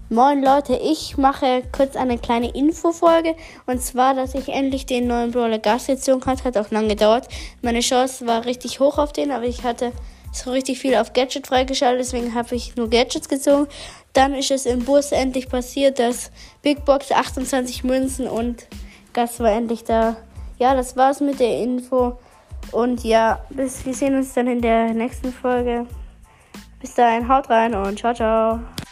Moin Leute, ich mache kurz eine kleine Infofolge. Und zwar, dass ich endlich den neuen Brawler Gas gezogen habe. Hat auch lange gedauert. Meine Chance war richtig hoch auf den, aber ich hatte so richtig viel auf Gadget freigeschaltet. Deswegen habe ich nur Gadgets gezogen. Dann ist es im Bus endlich passiert, dass Big Box 28 Münzen und Gas war endlich da. Ja, das war's mit der Info. Und ja, wir sehen uns dann in der nächsten Folge. Bis dahin, haut rein und ciao, ciao.